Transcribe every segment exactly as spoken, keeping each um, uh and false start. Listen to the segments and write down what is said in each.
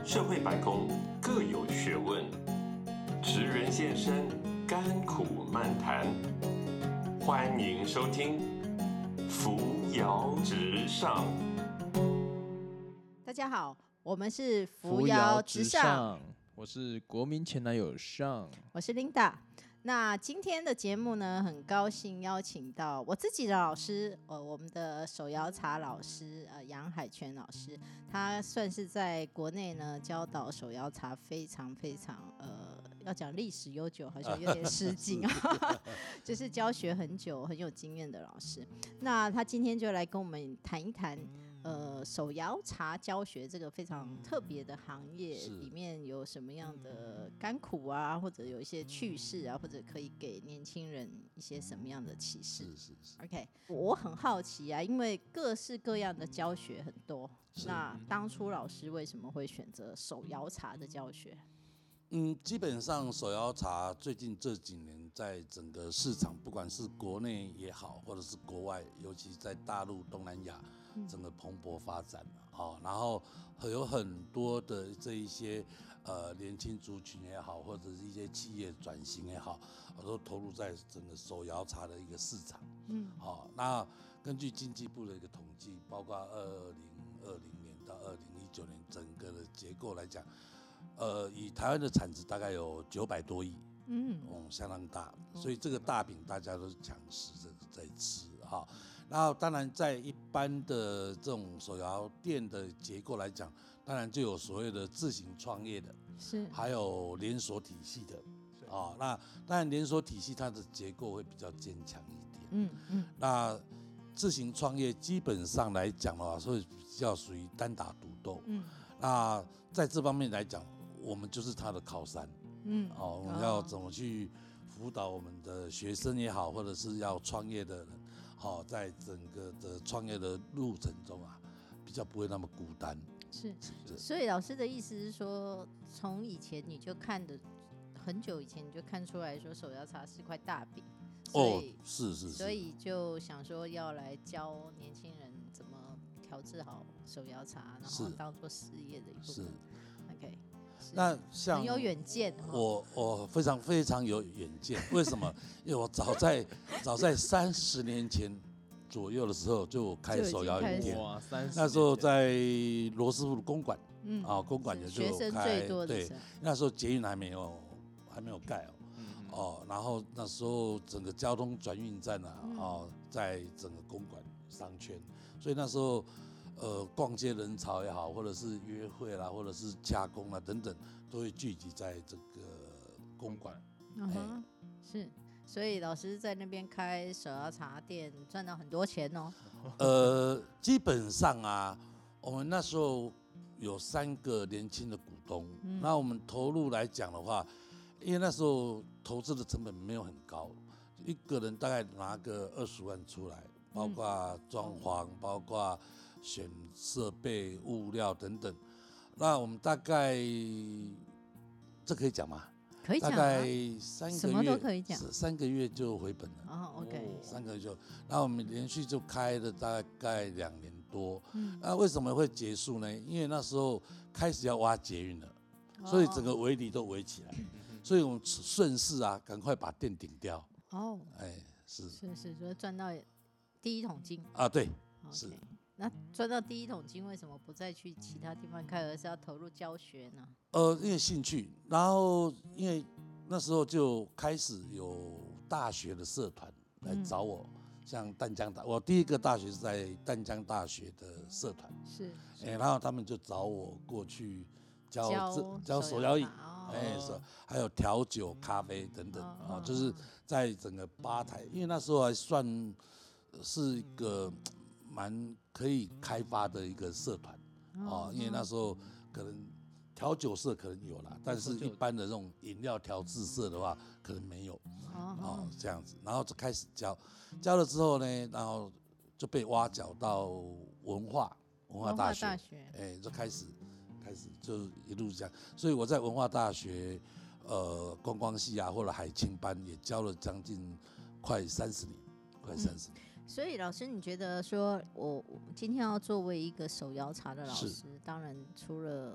社会百工各有学问，职人现身，甘苦漫谈。欢迎收听扶摇直上。 大家好，我们是扶摇直上，我是国民前男友上， 我是 Linda。那今天的节目呢，很高兴邀请到我自己的老师，呃，我们的手摇茶老师，呃，杨海泉老师，他算是在国内呢教导手摇茶非常非常，呃，要讲历史悠久，好像有点失敬啊，就是教学很久、很有经验的老师。那他今天就来跟我们谈一谈。呃，手摇茶教学这个非常特别的行业里面有什么样的甘苦啊，或者有一些趣事啊，或者可以给年轻人一些什么样的启示？ 是是是。 OK， 我很好奇啊，因为各式各样的教学很多，那当初老师为什么会选择手摇茶的教学？ 嗯，基本上手摇茶最近这几年在整个市场，不管是国内也好，或者是国外，尤其在大陆、东南亚，整个蓬勃发展哦。然后有很多的这一些呃年轻族群也好，或者是一些企业转型也好，都投入在整个手摇茶的一个市场。嗯，好、哦，那根据经济部的一个统计，包括二零二零年到二零一九年整个的结构来讲。呃，以台湾的产值大概有九百多亿，嗯，嗯，相当大，所以这个大饼大家都是抢食在吃哈。然后当然在一般的这种手摇店的结构来讲，当然就有所谓的自行创业的， 是， 还有连锁体系的，啊、哦，那当然连锁体系它的结构会比较坚强一点，嗯嗯，那自行创业基本上来讲的话，所以比较属于单打独斗，嗯。那在这方面来讲，我们就是他的靠山，嗯，哦，我们要怎么去辅导我们的学生也好，或者是要创业的人，好、哦，在整个的创业的路程中啊，比较不会那么孤单。 是，所以老师的意思是说，从以前你就看的，很久以前你就看出来说手摇茶是块大饼。 哦，是是是， 所以就想说要来教年轻人怎么调制好手摇茶，然后当做事业的一部分。是 ，OK。 那像很有远见， 我我非常非常有远见。为什么？因为我早在早在三十年前左右的时候就开手摇饮店，哇，那时候在罗斯福的公馆，嗯，啊，公馆也就开， 学生最多的对，那时候捷运还没有还没有盖哦。哦，然后那时候整个交通转运站啊，嗯、哦，在整个公馆商圈，所以那时候，呃，逛街人潮也好，或者是约会啦，或者是加工啦等等，都会聚集在这个公馆。 嗯哼，是，所以老师在那边开手摇茶店，赚到很多钱哦。 呃，基本上啊，我们那时候有三个年轻的股东，嗯、那我们投入来讲的话。因为那时候投资的成本没有很高，一个人大概拿个二十万出来，包括装潢、嗯、包括选设备、物料等等。那我们大概这可以讲吗？ 可以讲、啊， 大概三个月， 什么都可以讲， 三个月就回本了。 哦 ，OK， 三个月就，然后我们连续就开了大概两年多。嗯，那为什么会结束呢？因为那时候开始要挖捷运了，所以整个围篱都围起来。所以我们顺势啊，赶快把店顶掉。哦，哎，是是是，说赚到第一桶金啊，对， okay. 是。 那赚到第一桶金，为什么不再去其他地方开，而是要投入教学呢？ 呃，因为兴趣，然后因为那时候就开始有大学的社团来找我，嗯、像淡江大，我第一个大学是在淡江大学的社团， 是， 哎，然后他们就找我过去教教教手摇饮。哎，是，还有调酒、咖啡等等啊、哦，就是在整个吧台，因为那时候还算是一个蛮可以开发的一个社团啊、哦，因为那时候可能调酒社可能有啦，但是一般的这种饮料调制社的话可能没有啊、哦，这样子，然后就开始教，教了之后呢，然后就被挖角到文化文化大学， 大学哎，就开始。开始就一路这样，所以我在文化大学，呃，观光系啊，或者海青班也教了将近快三十年，快三十年、 嗯。所以老师，你觉得说我今天要作为一个手摇茶的老师，当然除了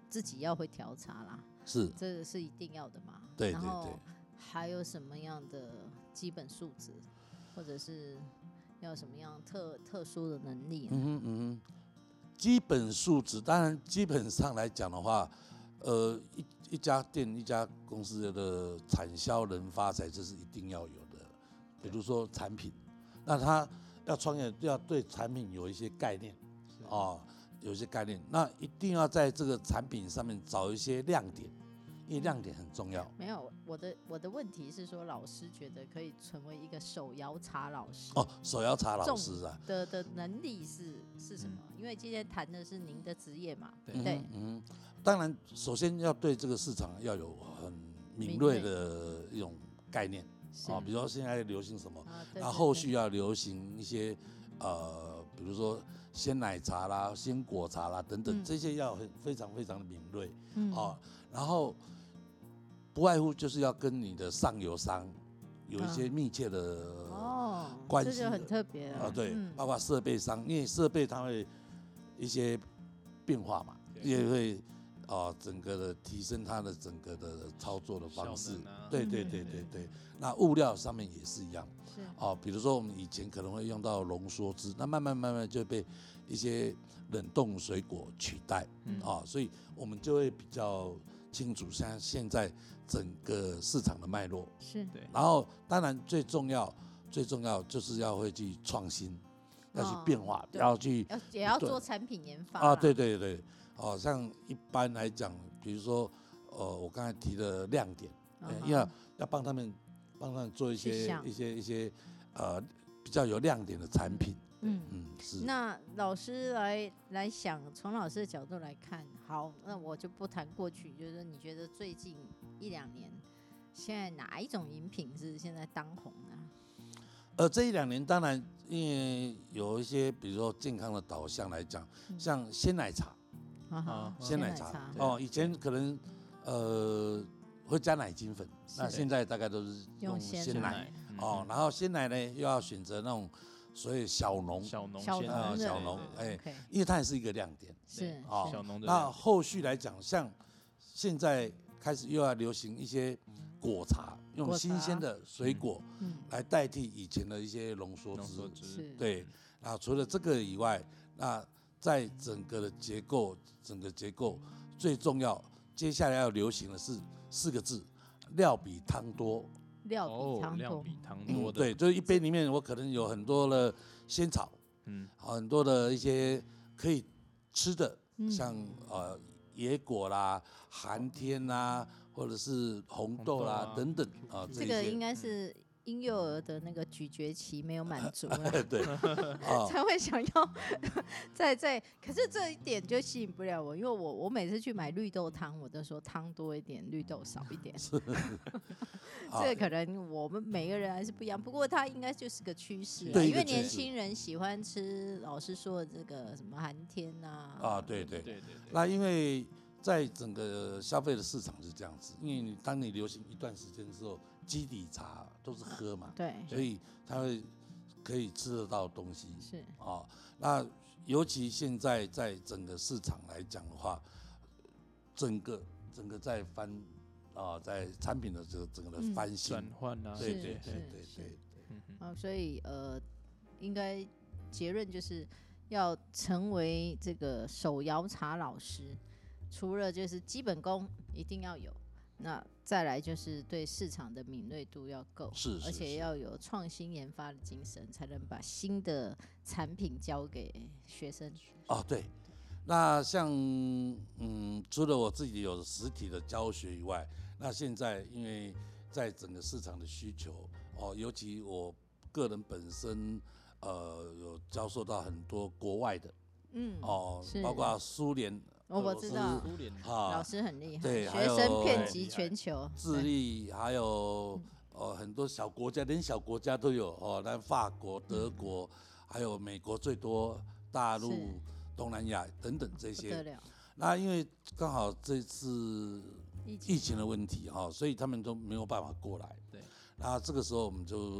自己要会调茶啦， 是， 这个是一定要的嘛。 对对然后对。 还有什么样的基本素质，或者是要什么样特特殊的能力呢？ 嗯哼嗯哼，基本素质，当然基本上来讲的话，呃，一一家店一家公司的产销人发财，这是一定要有的。比如说产品，那他要创业，要对产品有一些概念，哦，有一些概念，那一定要在这个产品上面找一些亮点。因为亮点很重要。 没有，我的我的问题是说，老师觉得可以成为一个手摇茶老师哦，手摇茶老师啊， 的的能力是是什么？嗯、因为今天谈的是您的职业嘛， 对， 对嗯嗯，当然，首先要对这个市场要有很敏锐的一种概念啊、哦，比如说现在流行什么， 啊、对对对， 那后续要流行一些呃，比如说鲜奶茶啦、鲜果茶啦等等，嗯、这些要很非常非常的敏锐，嗯，哦，然后。不外乎就是要跟你的上游商有一些密切的关系、 哦，这就很特别啊，对，嗯、包括设备商，因为设备它会一些变化嘛，也会啊、呃、整个的提升它的整个的操作的方式，啊、对对对对对。那物料上面也是一样，是哦、呃，比如说我们以前可能会用到浓缩汁，那慢慢慢慢就被一些冷冻水果取代，嗯啊、呃，所以我们就会比较清楚像现在整个市场的脉络是， 对。 然后当然最重要最重要就是要会去创新，要去变化， 哦、 要去要也要做产品研发啊，对对对，哦，像一般来讲，比如说呃我刚才提的亮点，呃、要要帮他们帮他们做一些一些一些呃比较有亮点的产品。嗯嗯，是。 那老师来来想，从老师的角度来看，好，那我就不谈过去，就是你觉得最近一两年，现在哪一种饮品是现在当红的？ 呃，这一两年当然因为有一些，比如说健康的导向来讲，嗯、像鲜奶茶， 啊， 鲜奶茶, 奶茶哦，以前可能呃会加奶精粉，那现在大概都是用鲜奶哦，然后鲜奶呢又要选择那种。所以小农， 小农， 小农， 啊，小农，哎，因为它也是一个亮点， 是啊， 小农的。 那后续来讲，像现在开始又要流行一些果茶，用新鲜的水果来代替以前的一些浓缩汁，对。那除了这个以外，那在整个的结构，整个结构最重要，接下来要流行的是四个字：料比汤多。 料比汤多， 料比汤多的， 对，就是一杯里面我可能有很多的仙草，嗯，很多的一些可以吃的，嗯、像呃野果啦、寒天啦，或者是红豆啦、啊、等等啊， 这个应该是婴幼儿的那个咀嚼期没有满足了， 对， 才会想要再再。可是这一点就吸引不了我，因为我我每次去买绿豆汤，我都说汤多一点，绿豆少一点。这个可能我们每个人还是不一样，不过它应该就是个趋势，因为年轻人喜欢吃老师说的这个什么寒天啊。 啊，对对对对。那因为在整个消费的市场是这样子，因为你当你流行一段时间之后，基底茶都是喝嘛， 对， 所以它会可以吃得到东西， 是啊。那尤其现在在整个市场来讲的话，整个整个在翻。啊，在产品的这个整个的翻新转换啊， 对对对对对， 啊，所以呃，应该结论就是要成为这个手摇茶老师，除了就是基本功一定要有，那再来就是对市场的敏锐度要够， 是， 而且要有创新研发的精神，才能把新的产品交给学生。 哦，对。那像嗯，除了我自己有实体的教学以外，那现在因为在整个市场的需求哦，尤其我个人本身呃有教授到很多国外的，嗯，哦，包括苏联， 哦，我知道， 苏联啊，老师很厉害， 对， 学生遍及全球， 智利还有呃很多小国家，连小国家都有哦，那法国、德国，还有美国最多，大陆。东南亚等等这些，那因为刚好这次疫情的问题哈，所以他们都没有办法过来。 对， 那这个时候我们就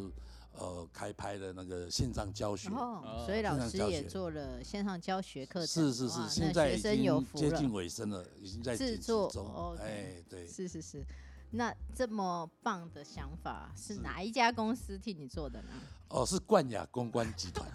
呃开拍的那个线上教学。 哦，所以老师也做了线上教学课程。 是是是，现在已经接近尾声了，已经在制作中。哎，对， 是是是。那这么棒的想法是哪一家公司替你做的呢？ 哦，是冠亚公关集团。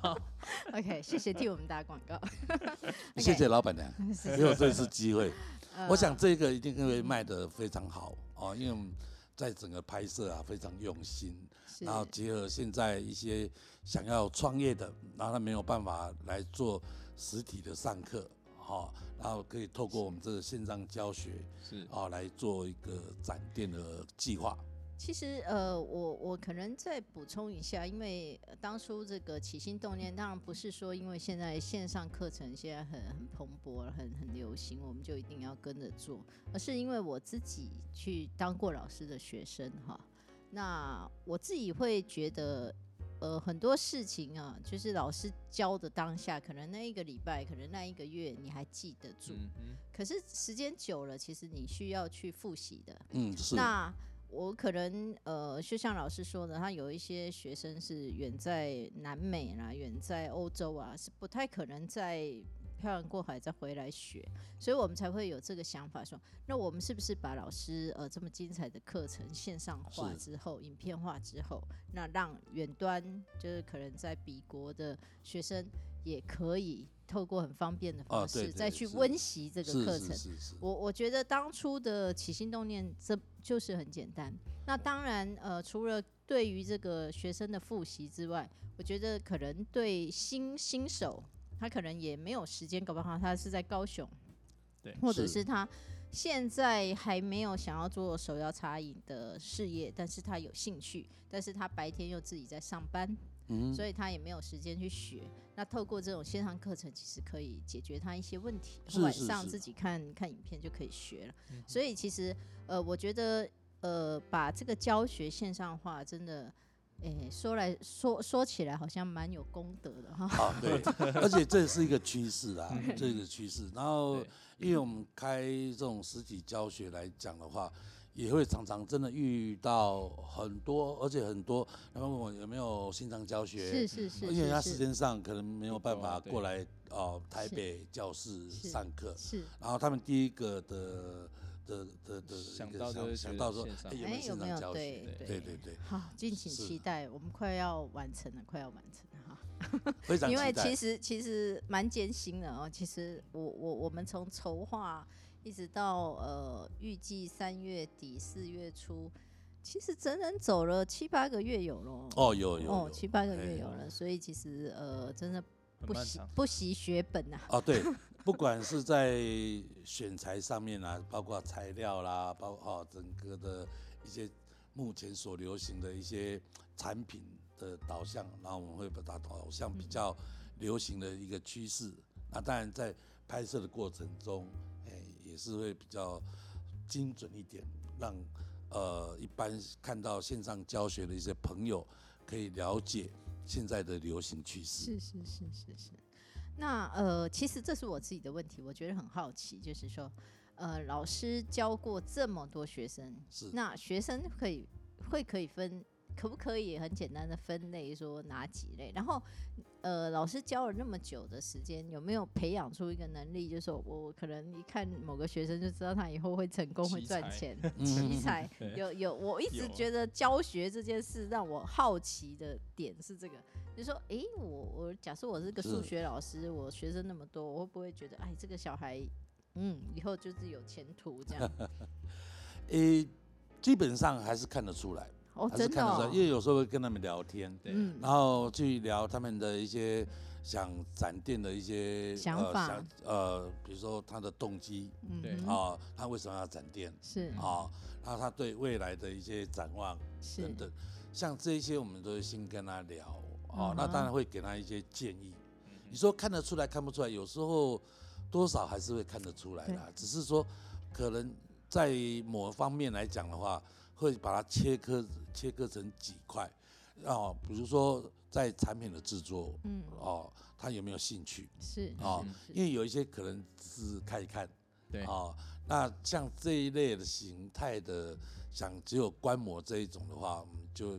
OK， 谢谢替我们打广告。 谢谢老板娘给我这次机会。我想这个一定会卖得非常好哦，因为我们在整个拍摄啊非常用心，然后结合现在一些想要创业的，然后他没有办法来做实体的上课，哦，然后可以透过我们这个线上教学，是哦来做一个展店的计划。 其实呃，我我可能再补充一下，因为当初这个起心动念，当然不是说因为现在线上课程现在很很蓬勃、很很流行，我们就一定要跟着做，而是因为我自己去当过老师的学生哈，那我自己会觉得，呃，很多事情啊，就是老师教的当下，可能那一个礼拜，可能那一个月你还记得住，嗯、可是时间久了，其实你需要去复习的， 嗯，是那。我可能呃，就像老师说的，他有一些学生是远在南美啦，远在欧洲啊，是不太可能在漂洋过海再回来学，所以我们才会有这个想法说，那我们是不是把老师呃这么精彩的课程线上化之后，影片化之后，那让远端就是可能在彼国的学生也可以透过很方便的方式再去温习这个课程。我我觉得当初的起心动念，这就是很简单。那当然，呃，除了对于这个学生的复习之外，我觉得可能对新新手，他可能也没有时间，搞不好他是在高雄，对，或者是他现在还没有想要做手摇茶饮的事业，但是他有兴趣，但是他白天又自己在上班。嗯、所以他也没有时间去学。那透过这种线上课程，其实可以解决他一些问题。晚上自己看看影片就可以学了。嗯、所以其实呃，我觉得呃，把这个教学线上化，真的，诶，说来说说起来好像蛮有功德的哈。 啊，对，而且这是一个趋势啊，这个趋势。然后，因为我们开这种实体教学来讲的话。也会常常真的遇到很多，而且很多，然后问我有没有线上教学， 是是是， 因为他时间上可能没有办法过来哦、呃、台北教室上课，是，然后他们第一个的的的的想到就是想到说，哎、欸、有没有线上教学？ 对对对对， 好，敬请期待，我们快要完成了，快要完成了哈。 非常期待， 因为其实其实蛮艰辛的哦，其实我我我们从筹划。一直到呃预计三月底四月初，其实整整走了七八个月有了。 哦，有有哦，七八个月有了，所以其实呃真的不惜不惜血本呐、 啊。哦，对，不管是在选材上面啊，包括材料啦，包括、哦、整个的一些目前所流行的一些产品的导向，然后我们会把它导向比较流行的一个趋势。那、嗯、当然在拍摄的过程中。也是会比较精准一点，让呃一般看到线上教学的一些朋友可以了解现在的流行趋势。 是是是是是。那呃，其实这是我自己的问题，我觉得很好奇，就是说，呃，老师教过这么多学生， 是那学生可以会可以分。可不可以很简单的分类说哪几类？然后，呃，老师教了那么久的时间，有没有培养出一个能力？就是说我可能一看某个学生就知道他以后会成功、会赚钱。奇才有有，我一直觉得教学这件事让我好奇的点是这个，就是说，哎、欸，我我假设我是个数学老师，我学生那么多，我会不会觉得，哎，这个小孩，嗯，以后就是有前途这样？ 诶、欸，基本上还是看得出来。 哦， 还是看得出来， 哦、 因为有时候会跟他们聊天，嗯，然后去聊他们的一些想展店的一些想法，呃， 呃，比如说他的动机，嗯，对，啊、呃，他为什么要展店？ 是啊，然后他对未来的一些展望等等，像这些我们都会先跟他聊，哦、嗯，那当然会给他一些建议。嗯、你说看得出来看不出来，有时候多少还是会看得出来啦，只是说可能在某方面来讲的话。会把它切割切割成几块，哦，比如说在产品的制作，嗯，哦，他有没有兴趣？ 是， 哦，因为有一些可能只是看一看，对，哦，那像这一类的形态的，想只有观摩这一种的话，我们就可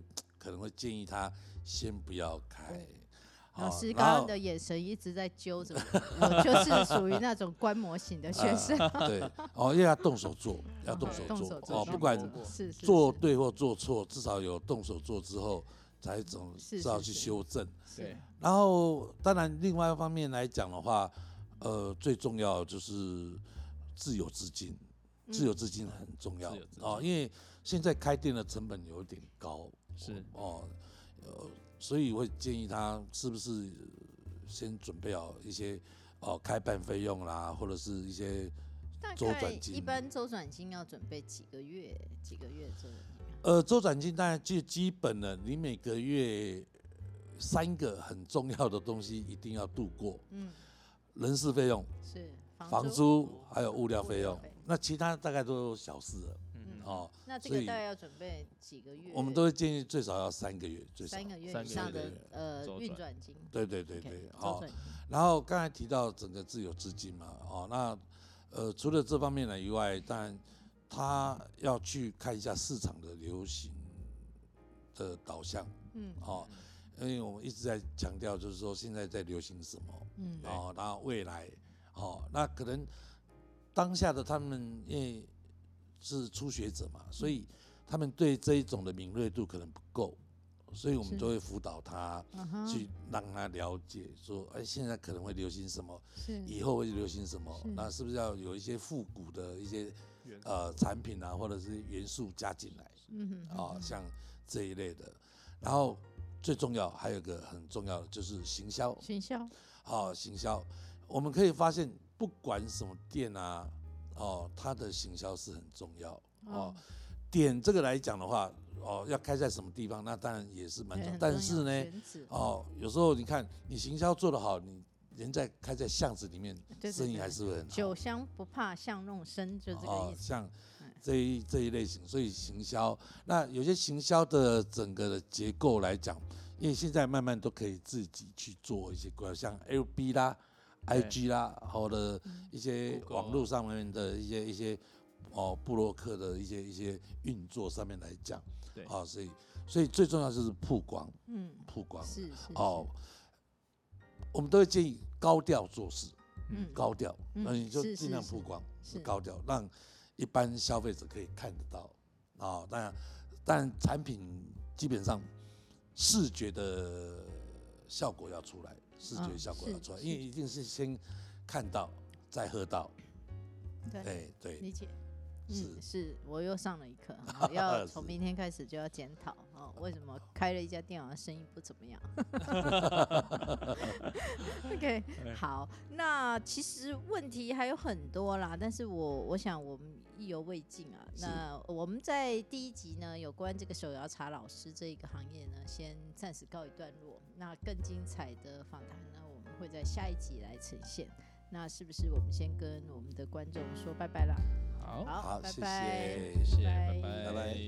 可能会建议他先不要开。 老师刚刚的眼神一直在揪着我，我就是属于那种观摩型的学生。 呃、对，哦，因为要动手做，要动手做，哦，不管做对或做错，至少有动手做之后，才总知道去修正。 对。 然后，当然，另外一方面来讲的话，呃，最重要就是自有资金，自有资金很重要、嗯、哦，因为现在开店的成本有点高， 是哦，呃。所以我会建议他是不是先准备好一些哦开办费用啦，或者是一些周转金。 一般周转金要准备几个月？几个月周转金？ 呃，周转金当然最基本的，你每个月三个很重要的东西一定要度过。嗯，人事费用是房租， 房租还有物料费用，那其他大概都小事了。哦， 那这个大概要准备几个月？ 我们都会建议最少要三个月，最少三个月以上的呃运转金。 对对对对，好。然后刚才提到整个自有资金嘛，哦，那呃除了这方面呢以外，当然他要去看一下市场的流行的导向，嗯，哦，因为我们一直在强调，就是说现在在流行什么，嗯，哦，然后未来，哦，那可能当下的他们因为是初学者嘛，所以他们对这一种的敏锐度可能不够，所以我们就会辅导他去让他了解说，哎，现在可能会流行什么，以后会流行什么，那是不是要有一些复古的一些呃产品啊，或者是元素加进来，嗯啊、哦，像这一类的。然后最重要还有一个很重要的就是行销， 行销， 好、哦，行销，我们可以发现，不管什么店啊。哦，它的行销是很重要哦。点这个来讲的话，哦，要开在什么地方，那当然也是蛮重要。但是呢，哦，有时候你看，你行销做得好，你人在开在巷子里面，生意还是会很好。 酒香不怕巷弄深，就这个意思。哦、 像这一这一类型，所以行销，那有些行销的整个的结构来讲，因为现在慢慢都可以自己去做一些规划，像 L B 啦。I G 啦，或者一些网络上面的一些一些哦部落客的一些一些运作上面来讲，对啊、哦，所以所以最重要就是曝光，嗯，曝光是是哦，我们都会建议高调做事，嗯，高调，那、嗯、你就尽量曝光，是高调，让一般消费者可以看得到啊、哦。当然，但产品基本上视觉的效果要出来。视觉效果要出来，因为一定是先看到再喝到。 对对对， 理解。嗯，是我又上了一课，要从明天开始就要检讨哦，为什么开了一家店，好像生意不怎么样。OK， 好，那其实问题还有很多啦，但是我我想我们意犹未尽啊。那我们在第一集呢，有关这个手摇茶老师这一个行业呢，先暂时告一段落。那更精彩的访谈呢，我们会在下一集来呈现。那是不是我们先跟我们的观众说拜拜啦？ 好， 好， 拜拜， 谢谢，拜拜，拜拜。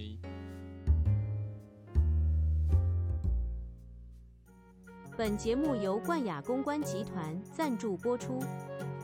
本节目由冠亚公关集团赞助播出。